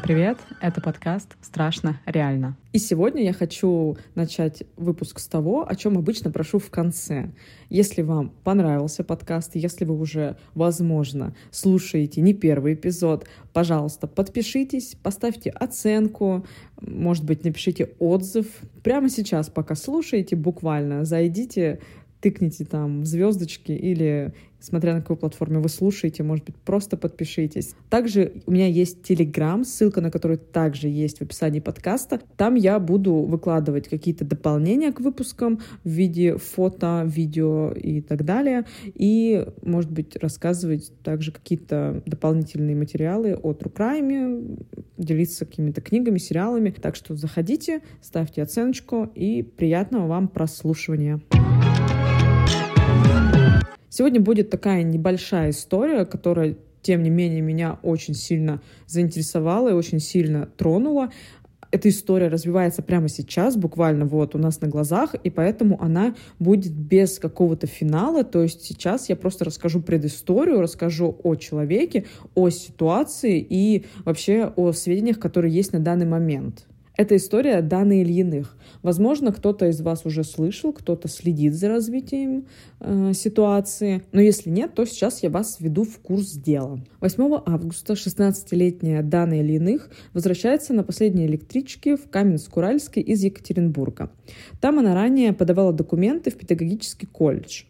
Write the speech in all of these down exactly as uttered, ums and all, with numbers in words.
Всем привет! Это подкаст «Страшно реально». И сегодня я хочу начать выпуск с того, о чем обычно прошу в конце. Если вам понравился подкаст, если вы уже, возможно, слушаете не первый эпизод, пожалуйста, подпишитесь, поставьте оценку, может быть, напишите отзыв. Прямо сейчас, пока слушаете, буквально зайдите, тыкните там звездочки или, смотря на какой платформе вы слушаете, может быть, просто подпишитесь. Также у меня есть Telegram, ссылка на который также есть в описании подкаста. Там я буду выкладывать какие-то дополнения к выпускам в виде фото, видео и так далее. И, может быть, рассказывать также какие-то дополнительные материалы о True Crime, делиться какими-то книгами, сериалами. Так что заходите, ставьте оценочку и приятного вам прослушивания. Сегодня будет такая небольшая история, которая, тем не менее, меня очень сильно заинтересовала и очень сильно тронула. Эта история развивается прямо сейчас, буквально вот у нас на глазах, и поэтому она будет без какого-то финала. То есть сейчас я просто расскажу предысторию, расскажу о человеке, о ситуации и вообще о сведениях, которые есть на данный момент. Это история Даны Ильиных. Возможно, кто-то из вас уже слышал, кто-то следит за развитием э, ситуации. Но если нет, то сейчас я вас введу в курс дела. восьмого августа шестнадцатилетняя Дана Ильиных возвращается на последней электричке в Каменск-Уральске из Екатеринбурга. Там она ранее подавала документы в педагогический колледж.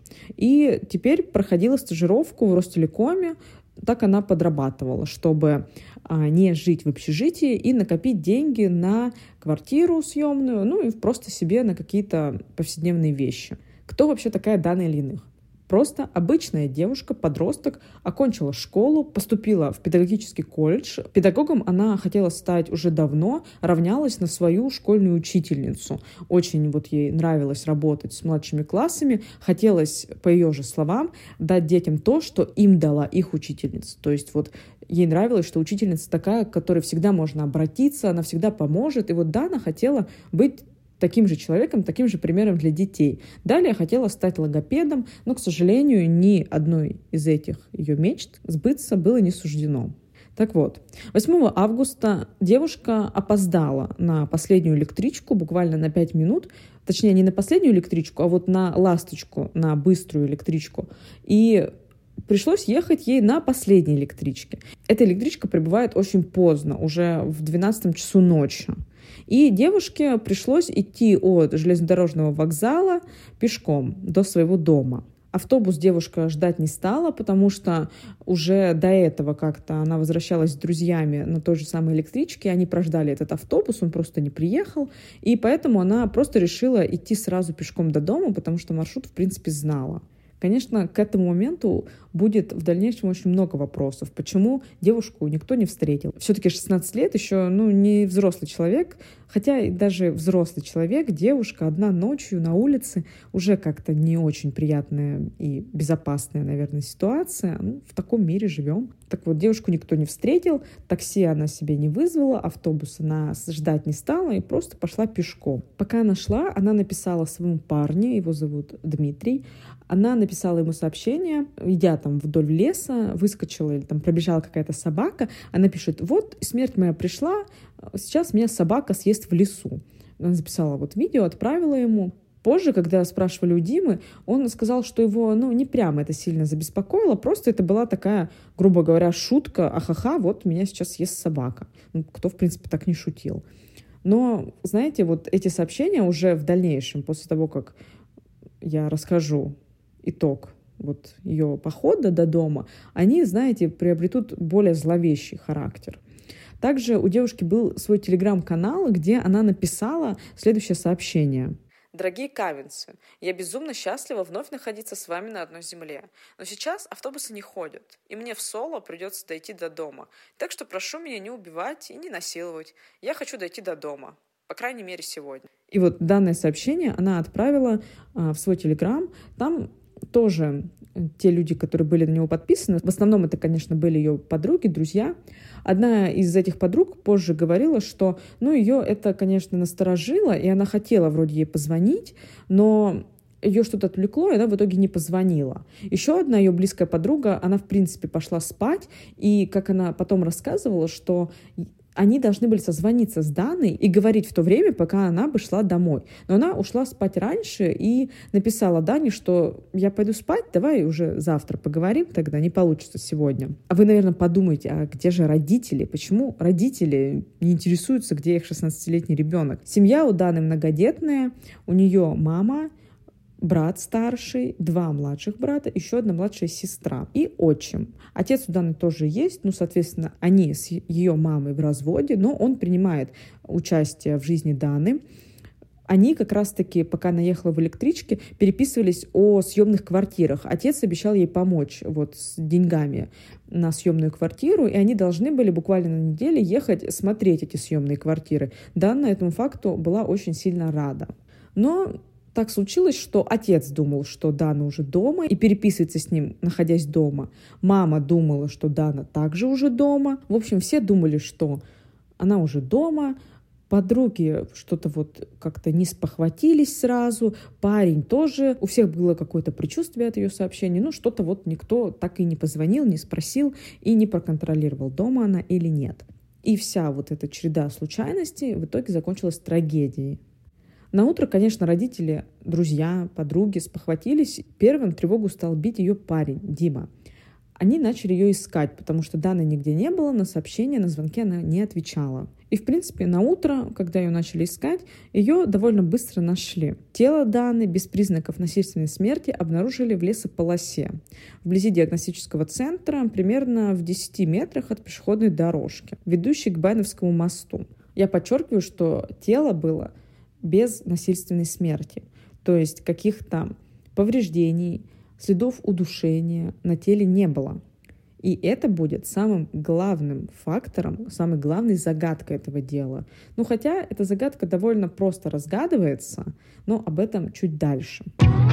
И теперь проходила стажировку в Ростелекоме. Так она подрабатывала, чтобы а, не жить в общежитии и накопить деньги на квартиру съемную, ну и просто себе на какие-то повседневные вещи. Кто вообще такая Дана Ильиных? Просто обычная девушка, подросток, окончила школу, поступила в педагогический колледж. Педагогом она хотела стать уже давно, равнялась на свою школьную учительницу. Очень вот ей нравилось работать с младшими классами. Хотелось, по ее же словам, дать детям то, что им дала их учительница. То есть вот ей нравилось, что учительница такая, к которой всегда можно обратиться, она всегда поможет. И вот Дана хотела быть таким же человеком, таким же примером для детей. Далее хотела стать логопедом, но, к сожалению, ни одной из этих ее мечт сбыться было не суждено. Так вот, восьмого августа девушка опоздала на последнюю электричку буквально на пять минут, точнее, не на последнюю электричку, а вот на ласточку, на быструю электричку. И пришлось ехать ей на последней электричке. Эта электричка прибывает очень поздно, уже в двенадцатом часу ночи. И девушке пришлось идти от железнодорожного вокзала пешком до своего дома. Автобус девушка ждать не стала, потому что уже до этого как-то она возвращалась с друзьями на той же самой электричке, они прождали этот автобус, он просто не приехал, и поэтому она просто решила идти сразу пешком до дома, потому что маршрут, в принципе, знала. Конечно, к этому моменту будет в дальнейшем очень много вопросов. Почему девушку никто не встретил? Все-таки шестнадцать лет, еще ну, не взрослый человек, хотя и даже взрослый человек, девушка одна ночью на улице, уже как-то не очень приятная и безопасная, наверное, ситуация. Ну, в таком мире живем. Так вот, девушку никто не встретил, такси она себе не вызвала, автобус она ждать не стала и просто пошла пешком. Пока она шла, она написала своему парню, его зовут Дмитрий, она написала ему сообщение, идя там вдоль леса, выскочила или там пробежала какая-то собака. Она пишет: вот смерть моя пришла, сейчас меня собака съест в лесу. Она записала вот видео, отправила ему. Позже, когда спрашивали у Димы, он сказал, что его ну, не прямо это сильно забеспокоило, просто это была такая, грубо говоря, шутка, ахаха, вот меня сейчас съест собака. Ну, кто, в принципе, так не шутил. Но, знаете, вот эти сообщения уже в дальнейшем, после того, как я расскажу итог вот ее похода до дома, они, знаете, приобретут более зловещий характер. Также у девушки был свой телеграм-канал, где она написала следующее сообщение. Дорогие кавинцы, я безумно счастлива вновь находиться с вами на одной земле. Но сейчас автобусы не ходят, и мне в соло придется дойти до дома. Так что прошу меня не убивать и не насиловать. Я хочу дойти до дома. По крайней мере, сегодня. И вот данное сообщение она отправила а, в свой телеграм. Там тоже те люди, которые были на него подписаны, в основном это, конечно, были ее подруги, друзья. Одна из этих подруг позже говорила, что ну, ее это, конечно, насторожило, и она хотела вроде ей позвонить, но ее что-то отвлекло, и она в итоге не позвонила. Еще одна ее близкая подруга, она, в принципе, пошла спать, и, как она потом рассказывала, что Они должны были созвониться с Даной и говорить в то время, пока она бы шла домой. Но она ушла спать раньше и написала Дане, что я пойду спать, давай уже завтра поговорим, тогда не получится сегодня. А вы, наверное, подумаете, а где же родители? Почему родители не интересуются, где их шестнадцатилетний ребенок? Семья у Даны многодетная, у нее мама, брат старший, два младших брата, еще одна младшая сестра и отчим. Отец у Даны тоже есть, ну, соответственно, они с ее мамой в разводе, но он принимает участие в жизни Даны. Они как раз-таки, пока она ехала в электричке, переписывались о съемных квартирах. Отец обещал ей помочь вот с деньгами на съемную квартиру, и они должны были буквально на неделе ехать смотреть эти съемные квартиры. Дана этому факту была очень сильно рада. Но так случилось, что отец думал, что Дана уже дома и переписывается с ним, находясь дома. Мама думала, что Дана также уже дома. В общем, все думали, что она уже дома. Подруги что-то вот как-то не спохватились сразу. Парень тоже. У всех было какое-то предчувствие от ее сообщения. Ну, что-то вот никто так и не позвонил, не спросил и не проконтролировал, дома она или нет. И вся вот эта череда случайностей в итоге закончилась трагедией. На утро, конечно, родители, друзья, подруги спохватились. Первым тревогу стал бить ее парень, Дима. Они начали ее искать, потому что Даны нигде не было, на сообщения, на звонки она не отвечала. И, в принципе, на утро, когда ее начали искать, ее довольно быстро нашли. Тело Даны без признаков насильственной смерти обнаружили в лесополосе, вблизи диагностического центра, примерно в десяти метрах от пешеходной дорожки, ведущей к Байновскому мосту. Я подчеркиваю, что тело было без насильственной смерти, то есть каких-то повреждений, следов удушения на теле не было. И это будет самым главным фактором, самой главной загадкой этого дела. Ну, хотя эта загадка довольно просто разгадывается, но об этом чуть дальше.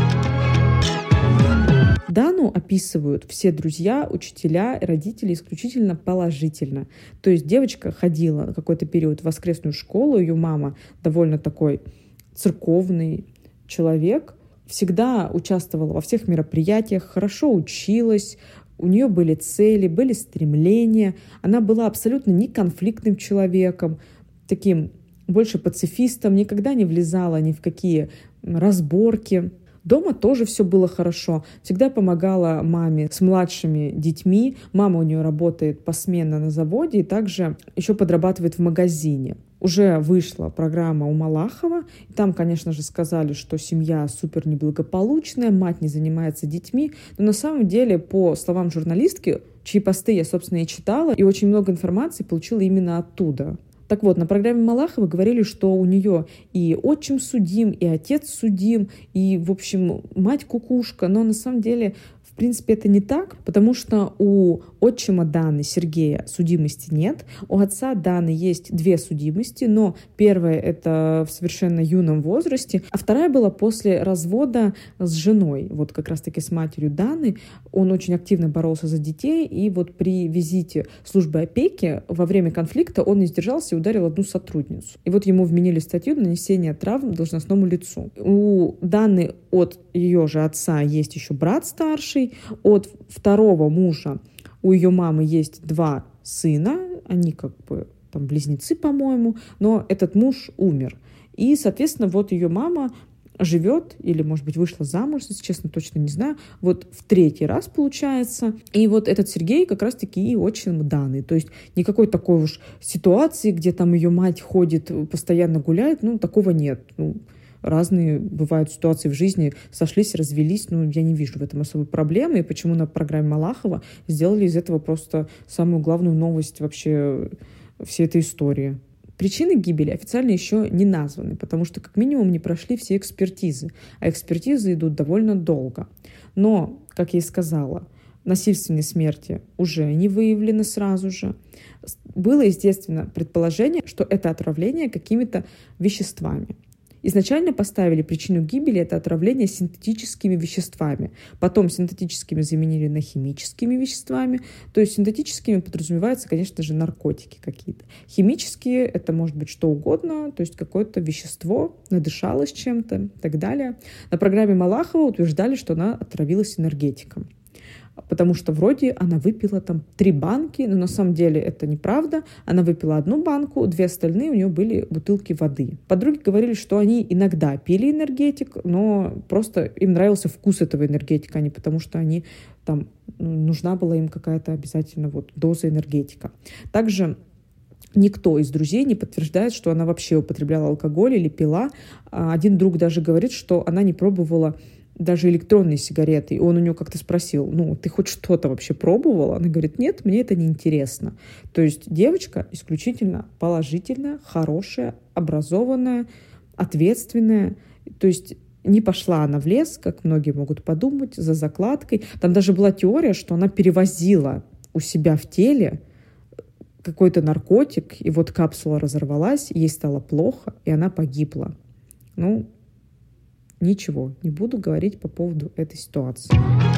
Дану описывают все друзья, учителя, родители исключительно положительно. То есть девочка ходила на какой-то период в воскресную школу, ее мама довольно такой церковный человек, всегда участвовала во всех мероприятиях, хорошо училась, у нее были цели, были стремления, она была абсолютно неконфликтным человеком, таким больше пацифистом, никогда не влезала ни в какие разборки. Дома тоже все было хорошо. Всегда помогала маме с младшими детьми. Мама у нее работает посменно на заводе и также еще подрабатывает в магазине. Уже вышла программа у Малахова. И там, конечно же, сказали, что семья супер неблагополучная, мать не занимается детьми. Но на самом деле, по словам журналистки, чьи посты я, собственно, и читала, и очень много информации получила именно оттуда. Так вот, на программе Малахова говорили, что у нее и отчим судим, и отец судим, и, в общем, мать кукушка. Но на самом деле, в принципе, это не так, потому что у отчима Даны, Сергея, судимости нет. У отца Даны есть две судимости, но первая — это в совершенно юном возрасте, а вторая была после развода с женой, вот как раз-таки с матерью Даны. Он очень активно боролся за детей, и вот при визите службы опеки во время конфликта он не сдержался и ударил одну сотрудницу. И вот ему вменили статью нанесения травм должностному лицу. У Даны от ее же отца есть еще брат старший, от второго мужа у ее мамы есть два сына, они как бы там близнецы, по-моему, но этот муж умер. И, соответственно, вот ее мама живет, или, может быть, вышла замуж, если честно, точно не знаю, вот в третий раз получается. И вот этот Сергей как раз-таки и отчим Даны. То есть никакой такой уж ситуации, где там ее мать ходит, постоянно гуляет, ну, такого нет. Ну, разные бывают ситуации в жизни, сошлись, развелись, ну, я не вижу в этом особой проблемы, и почему на программе Малахова сделали из этого просто самую главную новость вообще всей этой истории. Причины гибели официально еще не названы, потому что как минимум не прошли все экспертизы, а экспертизы идут довольно долго. Но, как я и сказала, насильственной смерти уже не выявлено сразу же. Было, естественно, предположение, что это отравление какими-то веществами. Изначально поставили причину гибели — это отравление синтетическими веществами. Потом синтетическими заменили на химическими веществами. То есть синтетическими подразумеваются, конечно же, наркотики какие-то. Химические — это может быть что угодно, то есть какое-то вещество, надышалось чем-то и так далее. На программе Малахова утверждали, что она отравилась энергетиком. потому что вроде она выпила там три банки, но на самом деле это неправда. Она выпила одну банку, две остальные у нее были бутылки воды. Подруги говорили, что они иногда пили энергетик, но просто им нравился вкус этого энергетика, а не потому что они там, нужна была им какая-то обязательно вот доза энергетика. Также никто из друзей не подтверждает, что она вообще употребляла алкоголь или пила. Один друг даже говорит, что она не пробовала даже электронные сигареты. И он у нее как-то спросил, ну, ты хоть что-то вообще пробовала? Она говорит, нет, мне это не интересно. То есть девочка исключительно положительная, хорошая, образованная, ответственная. То есть не пошла она в лес, как многие могут подумать, за закладкой. Там даже была теория, что она перевозила у себя в теле какой-то наркотик, и вот капсула разорвалась, ей стало плохо, и она погибла. Ну, ничего, не буду говорить по поводу этой ситуации.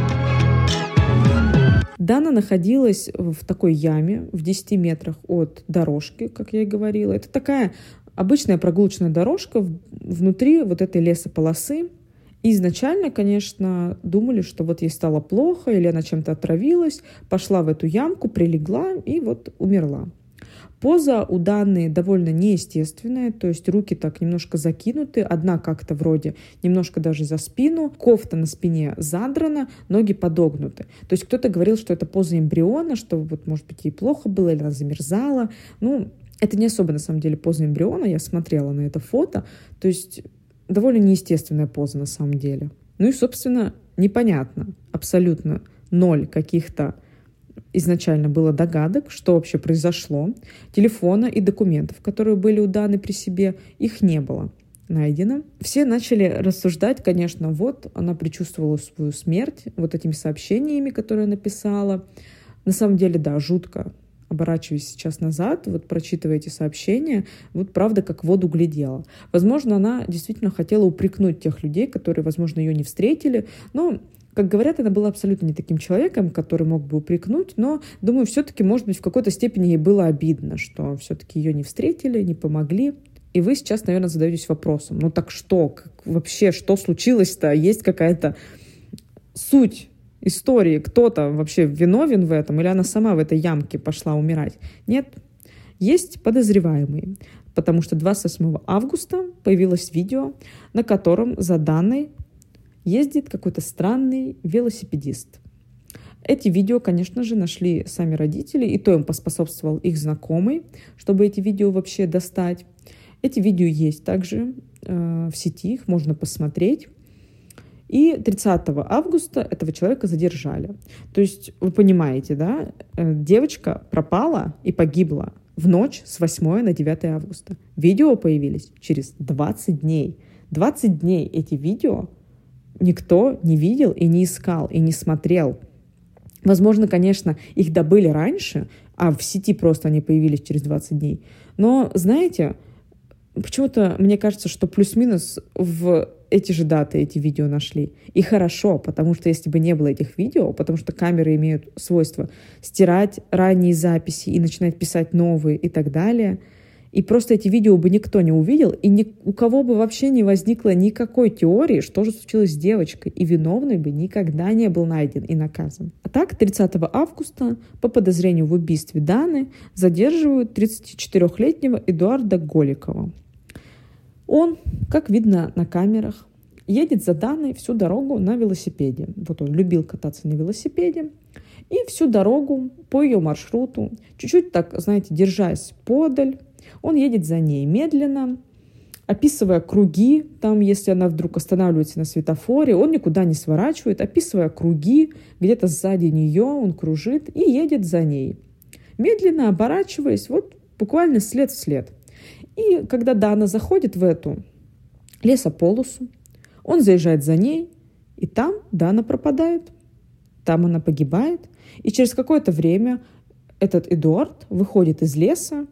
Дана находилась в такой яме в десяти метрах от дорожки, как я и говорила. Это такая обычная прогулочная дорожка внутри вот этой лесополосы. И изначально, конечно, думали, что вот ей стало плохо, или она чем-то отравилась, пошла в эту ямку, прилегла и вот умерла. Поза у Даны довольно неестественная, то есть руки так немножко закинуты, одна как-то вроде немножко даже за спину, кофта на спине задрана, ноги подогнуты. То есть кто-то говорил, что это поза эмбриона, что вот, может быть, ей плохо было, или она замерзала. Ну, это не особо, на самом деле, поза эмбриона, я смотрела на это фото, то есть довольно неестественная поза на самом деле. Ну и, собственно, непонятно, абсолютно ноль каких-то изначально было догадок, что вообще произошло. Телефона и документов, которые были у Даны при себе, их не было найдено. Все начали рассуждать, конечно, вот она предчувствовала свою смерть вот этими сообщениями, которые написала. На самом деле, да, жутко. Оборачиваясь сейчас назад, вот прочитывая эти сообщения, вот правда как в воду глядела. Возможно, она действительно хотела упрекнуть тех людей, которые, возможно, ее не встретили, но, как говорят, она была абсолютно не таким человеком, который мог бы упрекнуть, но, думаю, все-таки, может быть, в какой-то степени ей было обидно, что все-таки ее не встретили, не помогли. И вы сейчас, наверное, задаетесь вопросом, ну так что, как, вообще, что случилось-то? Есть какая-то суть истории, кто-то вообще виновен в этом, или она сама в этой ямке пошла умирать? Нет. Есть подозреваемые, потому что двадцать восьмого августа появилось видео, на котором за Даной ездит какой-то странный велосипедист. Эти видео, конечно же, нашли сами родители, и то им поспособствовал их знакомый, чтобы эти видео вообще достать. Эти видео есть также э, в сети, их можно посмотреть. И тридцатого августа этого человека задержали. То есть, вы понимаете, да, девочка пропала и погибла в ночь с восьмого на девятое августа. Видео появились через двадцать дней. двадцать дней эти видео никто не видел и не искал, и не смотрел. Возможно, конечно, их добыли раньше, а в сети просто они появились через двадцать дней. Но, знаете, почему-то мне кажется, что плюс-минус в эти же даты эти видео нашли. И хорошо, потому что если бы не было этих видео, потому что камеры имеют свойство стирать ранние записи и начинать писать новые и так далее, и просто эти видео бы никто не увидел, и ни, у кого бы вообще не возникло никакой теории, что же случилось с девочкой, и виновный бы никогда не был найден и наказан. А так, тридцатого августа по подозрению в убийстве Даны задерживают тридцатичетырёхлетнего Эдуарда Голикова. Он, как видно на камерах, едет за Даной всю дорогу на велосипеде. Вот он любил кататься на велосипеде. И всю дорогу по ее маршруту, чуть-чуть так, знаете, держась подаль, он едет за ней медленно, описывая круги, там, если она вдруг останавливается на светофоре, он никуда не сворачивает, описывая круги, где-то сзади нее он кружит и едет за ней. Медленно оборачиваясь, вот буквально след в след. И когда Дана заходит в эту лесополосу, он заезжает за ней, и там Дана пропадает, там она погибает. И через какое-то время этот Эдуард выходит из леса,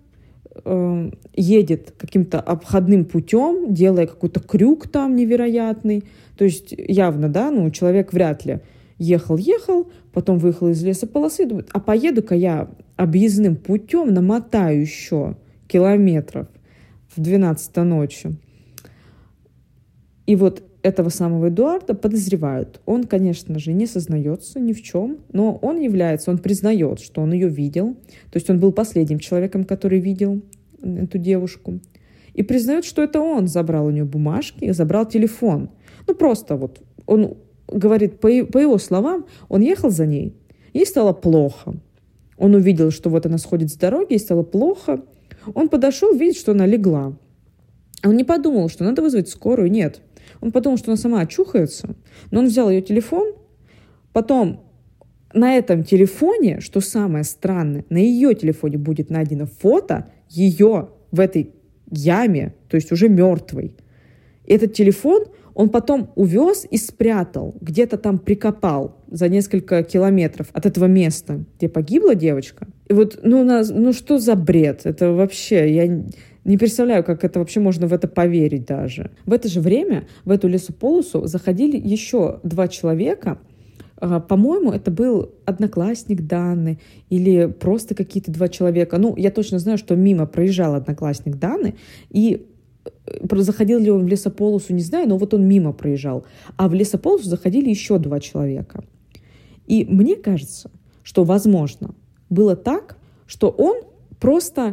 э, едет каким-то обходным путем, делая какой-то крюк там невероятный. То есть явно, да, ну, человек вряд ли ехал-ехал, потом выехал из лесополосы, думает, а поеду-ка я объездным путем, намотаю еще километров в двенадцать ночи. И вот этого самого Эдуарда подозревают. Он, конечно же, не сознается ни в чем, но он является, он признает, что он ее видел. То есть он был последним человеком, который видел эту девушку. И признает, что это он забрал у нее бумажки и забрал телефон. Ну, просто вот он говорит, по, по его словам, он ехал за ней, ей стало плохо. Он увидел, что вот она сходит с дороги, ей стало плохо. Он подошел, видит, что она легла. Он не подумал, что надо вызвать скорую, нет. Он подумал, что она сама очухается, но он взял ее телефон, потом на этом телефоне, что самое странное, на ее телефоне будет найдено фото ее в этой яме, то есть уже мертвой. Этот телефон он потом увез и спрятал, где-то там прикопал за несколько километров от этого места, где погибла девочка. И вот, ну, нас, ну что за бред? Это вообще, я не представляю, как это вообще можно в это поверить даже. В это же время в эту лесополосу заходили еще два человека. По-моему, это был одноклассник Даны или просто какие-то два человека. Ну, я точно знаю, что мимо проезжал одноклассник Даны, и заходил ли он в лесополосу, не знаю, но вот он мимо проезжал. А в лесополосу заходили еще два человека. И мне кажется, что, возможно, было так, что он просто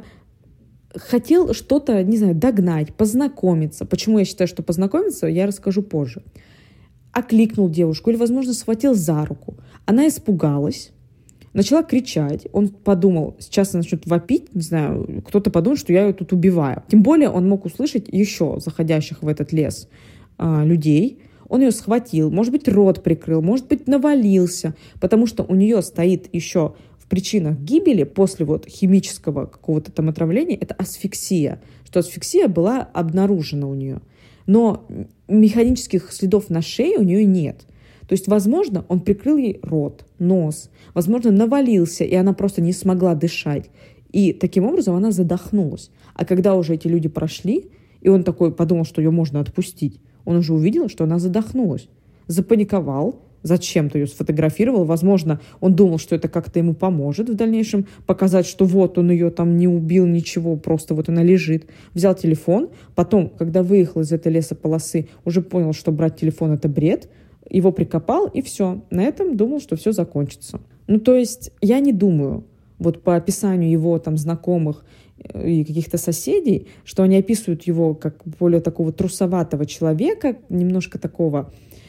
хотел что-то, не знаю, догнать, познакомиться. Почему я считаю, что познакомиться, я расскажу позже. Окликнул девушку или, возможно, схватил за руку. Она испугалась, начала кричать. Он подумал, сейчас она начнет вопить, не знаю, кто-то подумает, что я ее тут убиваю. Тем более он мог услышать еще заходящих в этот лес а, людей. Он ее схватил, может быть, рот прикрыл, может быть, навалился, потому что у нее стоит еще в причинах гибели после вот химического какого-то там отравления, это асфиксия, что асфиксия была обнаружена у нее. Но механических следов на шее у нее нет. То есть, возможно, он прикрыл ей рот, нос, возможно, навалился, и она просто не смогла дышать. И таким образом она задохнулась. А когда уже эти люди прошли, и он такой подумал, что ее можно отпустить, он уже увидел, что она задохнулась. Запаниковал, зачем-то ее сфотографировал. Возможно, он думал, что это как-то ему поможет в дальнейшем показать, что вот он ее там не убил, ничего, просто вот она лежит. Взял телефон, потом, когда выехал из этой лесополосы, уже понял, что брать телефон — это бред, его прикопал, и все. На этом думал, что все закончится. Ну, то есть я не думаю, вот по описанию его там знакомых и каких-то соседей, что они описывают его как более такого трусоватого человека, немножко такого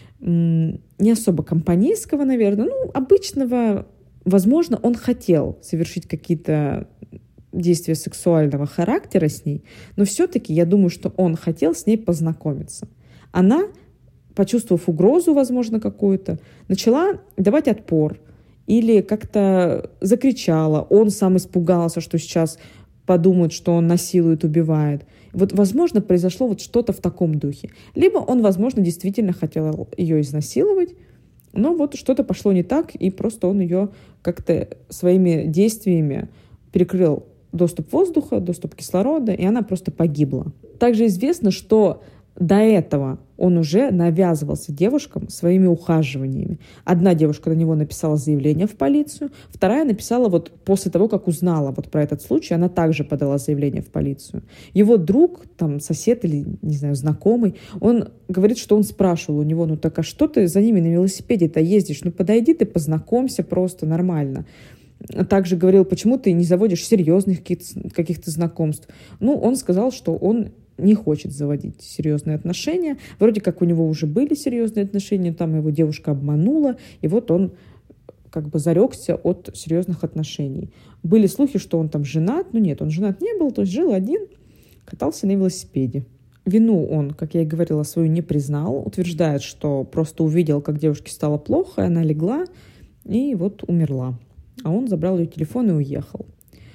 м- не особо компанейского, наверное, ну, обычного. Возможно, он хотел совершить какие-то действия сексуального характера с ней, но все-таки я думаю, что он хотел с ней познакомиться. Она, почувствовав угрозу, возможно, какую-то, начала давать отпор или как-то закричала. Он сам испугался, что сейчас подумают, что он насилует, убивает. Вот, возможно, произошло вот что-то в таком духе. Либо он, возможно, действительно хотел ее изнасиловать, но вот что-то пошло не так, и просто он ее как-то своими действиями перекрыл доступ воздуха, доступ кислорода, и она просто погибла. Также известно, что до этого он уже навязывался девушкам своими ухаживаниями. Одна девушка на него написала заявление в полицию, вторая написала вот после того, как узнала вот про этот случай, она также подала заявление в полицию. Его друг, там, сосед или, не знаю, знакомый, он говорит, что он спрашивал у него, ну так а что ты за ними на велосипеде-то ездишь? Ну подойди ты, познакомься просто нормально. Также говорил, почему ты не заводишь серьезных каких-то знакомств. Ну, он сказал, что он не хочет заводить серьезные отношения. Вроде как у него уже были серьезные отношения, там его девушка обманула, и вот он как бы зарекся от серьезных отношений. Были слухи, что он там женат, но нет, он женат не был, то есть жил один, катался на велосипеде. Вину он, как я и говорила, свою не признал, утверждает, что просто увидел, как девушке стало плохо, и она легла, и вот умерла. А он забрал ее телефон и уехал.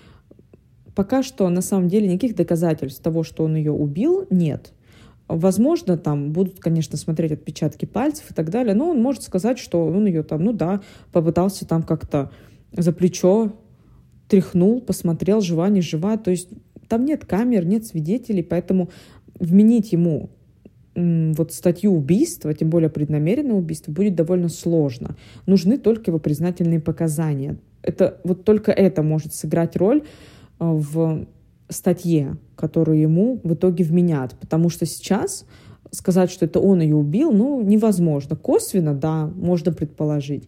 Пока что, на самом деле, никаких доказательств того, что он ее убил, нет. Возможно, там будут, конечно, смотреть отпечатки пальцев и так далее, но он может сказать, что он ее там, ну да, попытался там как-то за плечо тряхнул, посмотрел, жива, не жива. То есть там нет камер, нет свидетелей, поэтому вменить ему м, вот статью убийства, тем более преднамеренное убийство, будет довольно сложно. Нужны только его признательные показания. Это, вот только это может сыграть роль в статье, которую ему в итоге вменят. Потому что сейчас сказать, что это он ее убил, ну, невозможно. Косвенно, да, можно предположить.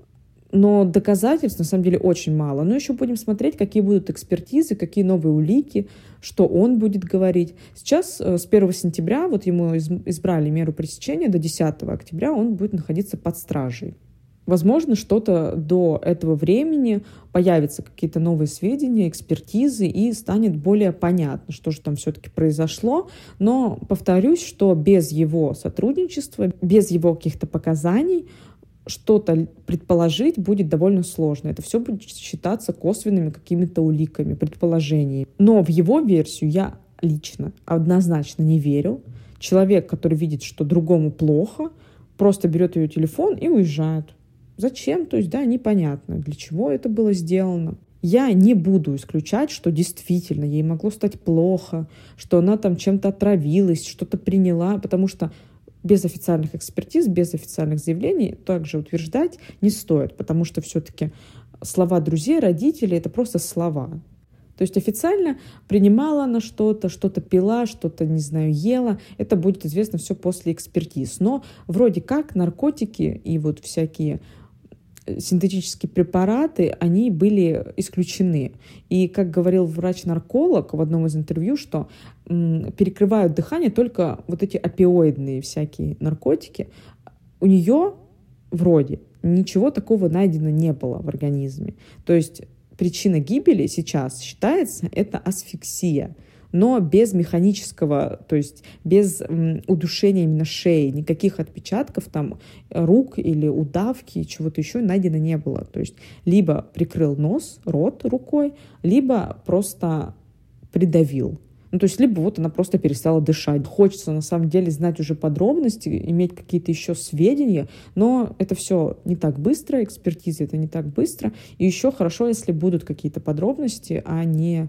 Но доказательств, на самом деле, очень мало. Но еще будем смотреть, какие будут экспертизы, какие новые улики, что он будет говорить. Сейчас, с первого сентября, вот ему избрали меру пресечения, до десятого октября он будет находиться под стражей. Возможно, что-то до этого времени появятся какие-то новые сведения, экспертизы, и станет более понятно, что же там все-таки произошло. Но повторюсь, что без его сотрудничества, без его каких-то показаний что-то предположить будет довольно сложно. Это все будет считаться косвенными какими-то уликами, предположениями. Но в его версию я лично однозначно не верю. Человек, который видит, что другому плохо, просто берет ее телефон и уезжает. Зачем? То есть, да, непонятно, для чего это было сделано. Я не буду исключать, что действительно ей могло стать плохо, что она там чем-то отравилась, что-то приняла, потому что без официальных экспертиз, без официальных заявлений также утверждать не стоит, потому что все-таки слова друзей, родителей — это просто слова. То есть официально принимала она что-то, что-то пила, что-то, не знаю, ела. Это будет известно все после экспертиз. Но вроде как наркотики и вот всякие синтетические препараты, они были исключены. И, как говорил врач-нарколог в одном из интервью, что м, перекрывают дыхание только вот эти опиоидные всякие наркотики. У нее вроде ничего такого найдено не было в организме. То есть причина гибели сейчас считается это асфиксия, но без механического, то есть без м, удушения именно шеи, никаких отпечатков там рук или удавки, чего-то еще найдено не было. То есть либо прикрыл нос, рот рукой, либо просто придавил. Ну, то есть либо вот она просто перестала дышать. Хочется на самом деле знать уже подробности, иметь какие-то еще сведения, но это все не так быстро, экспертиза это не так быстро. И еще хорошо, если будут какие-то подробности, а не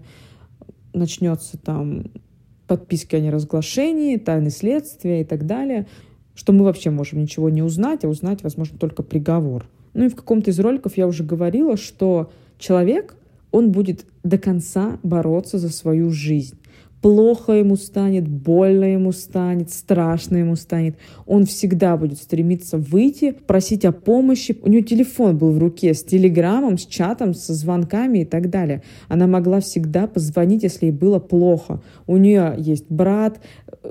начнется там подписки о неразглашении, тайны следствия и так далее, что мы вообще можем ничего не узнать, а узнать, возможно, только приговор. Ну и в каком-то из роликов я уже говорила, что человек, он будет до конца бороться за свою жизнь. Плохо ему станет, больно ему станет, страшно ему станет. Он всегда будет стремиться выйти, просить о помощи. У нее телефон был в руке с телеграммом, с чатом, со звонками и так далее. Она могла всегда позвонить, если ей было плохо. У нее есть брат,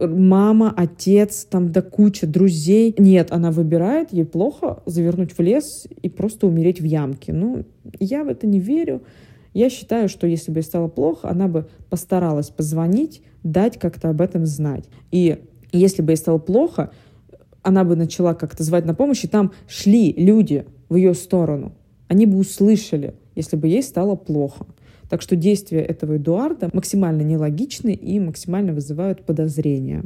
мама, отец, там да куча друзей. Нет, она выбирает, ей плохо, завернуть в лес и просто умереть в ямке. Ну, я в это не верю. Я считаю, что если бы ей стало плохо, она бы постаралась позвонить, дать как-то об этом знать. И если бы ей стало плохо, она бы начала как-то звать на помощь, и там шли люди в ее сторону. Они бы услышали, если бы ей стало плохо. Так что действия этого Эдуарда максимально нелогичны и максимально вызывают подозрения.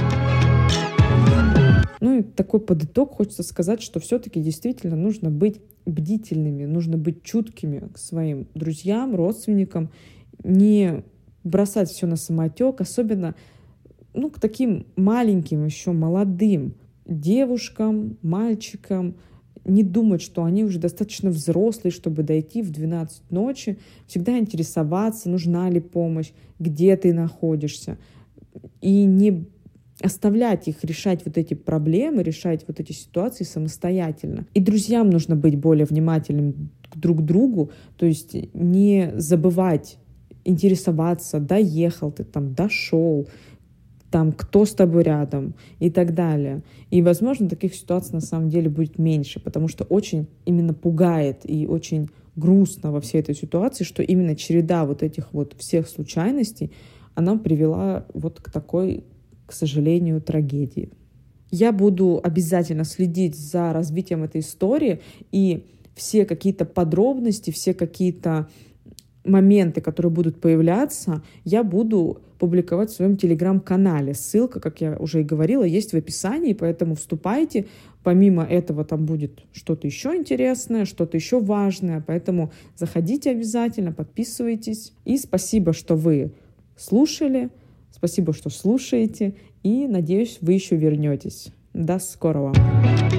Ну и такой подыток хочется сказать, что все-таки действительно нужно быть бдительными, нужно быть чуткими к своим друзьям, родственникам, не бросать все на самотек, особенно ну, к таким маленьким, еще молодым девушкам, мальчикам, не думать, что они уже достаточно взрослые, чтобы дойти в двенадцать ночи, всегда интересоваться, нужна ли помощь, где ты находишься, и не оставлять их решать вот эти проблемы, решать вот эти ситуации самостоятельно. И друзьям нужно быть более внимательным друг к другу, то есть не забывать интересоваться, доехал ты там, дошел, там, кто с тобой рядом и так далее. И, возможно, таких ситуаций на самом деле будет меньше, потому что очень именно пугает и очень грустно во всей этой ситуации, что именно череда вот этих вот всех случайностей, она привела вот к такой, к сожалению, трагедии. Я буду обязательно следить за развитием этой истории, и все какие-то подробности, все какие-то моменты, которые будут появляться, я буду публиковать в своем телеграм-канале. Ссылка, как я уже и говорила, есть в описании, поэтому вступайте. Помимо этого там будет что-то еще интересное, что-то еще важное, поэтому заходите обязательно, подписывайтесь. И спасибо, что вы слушали. Спасибо, что слушаете, и, надеюсь, вы еще вернетесь. До скорого!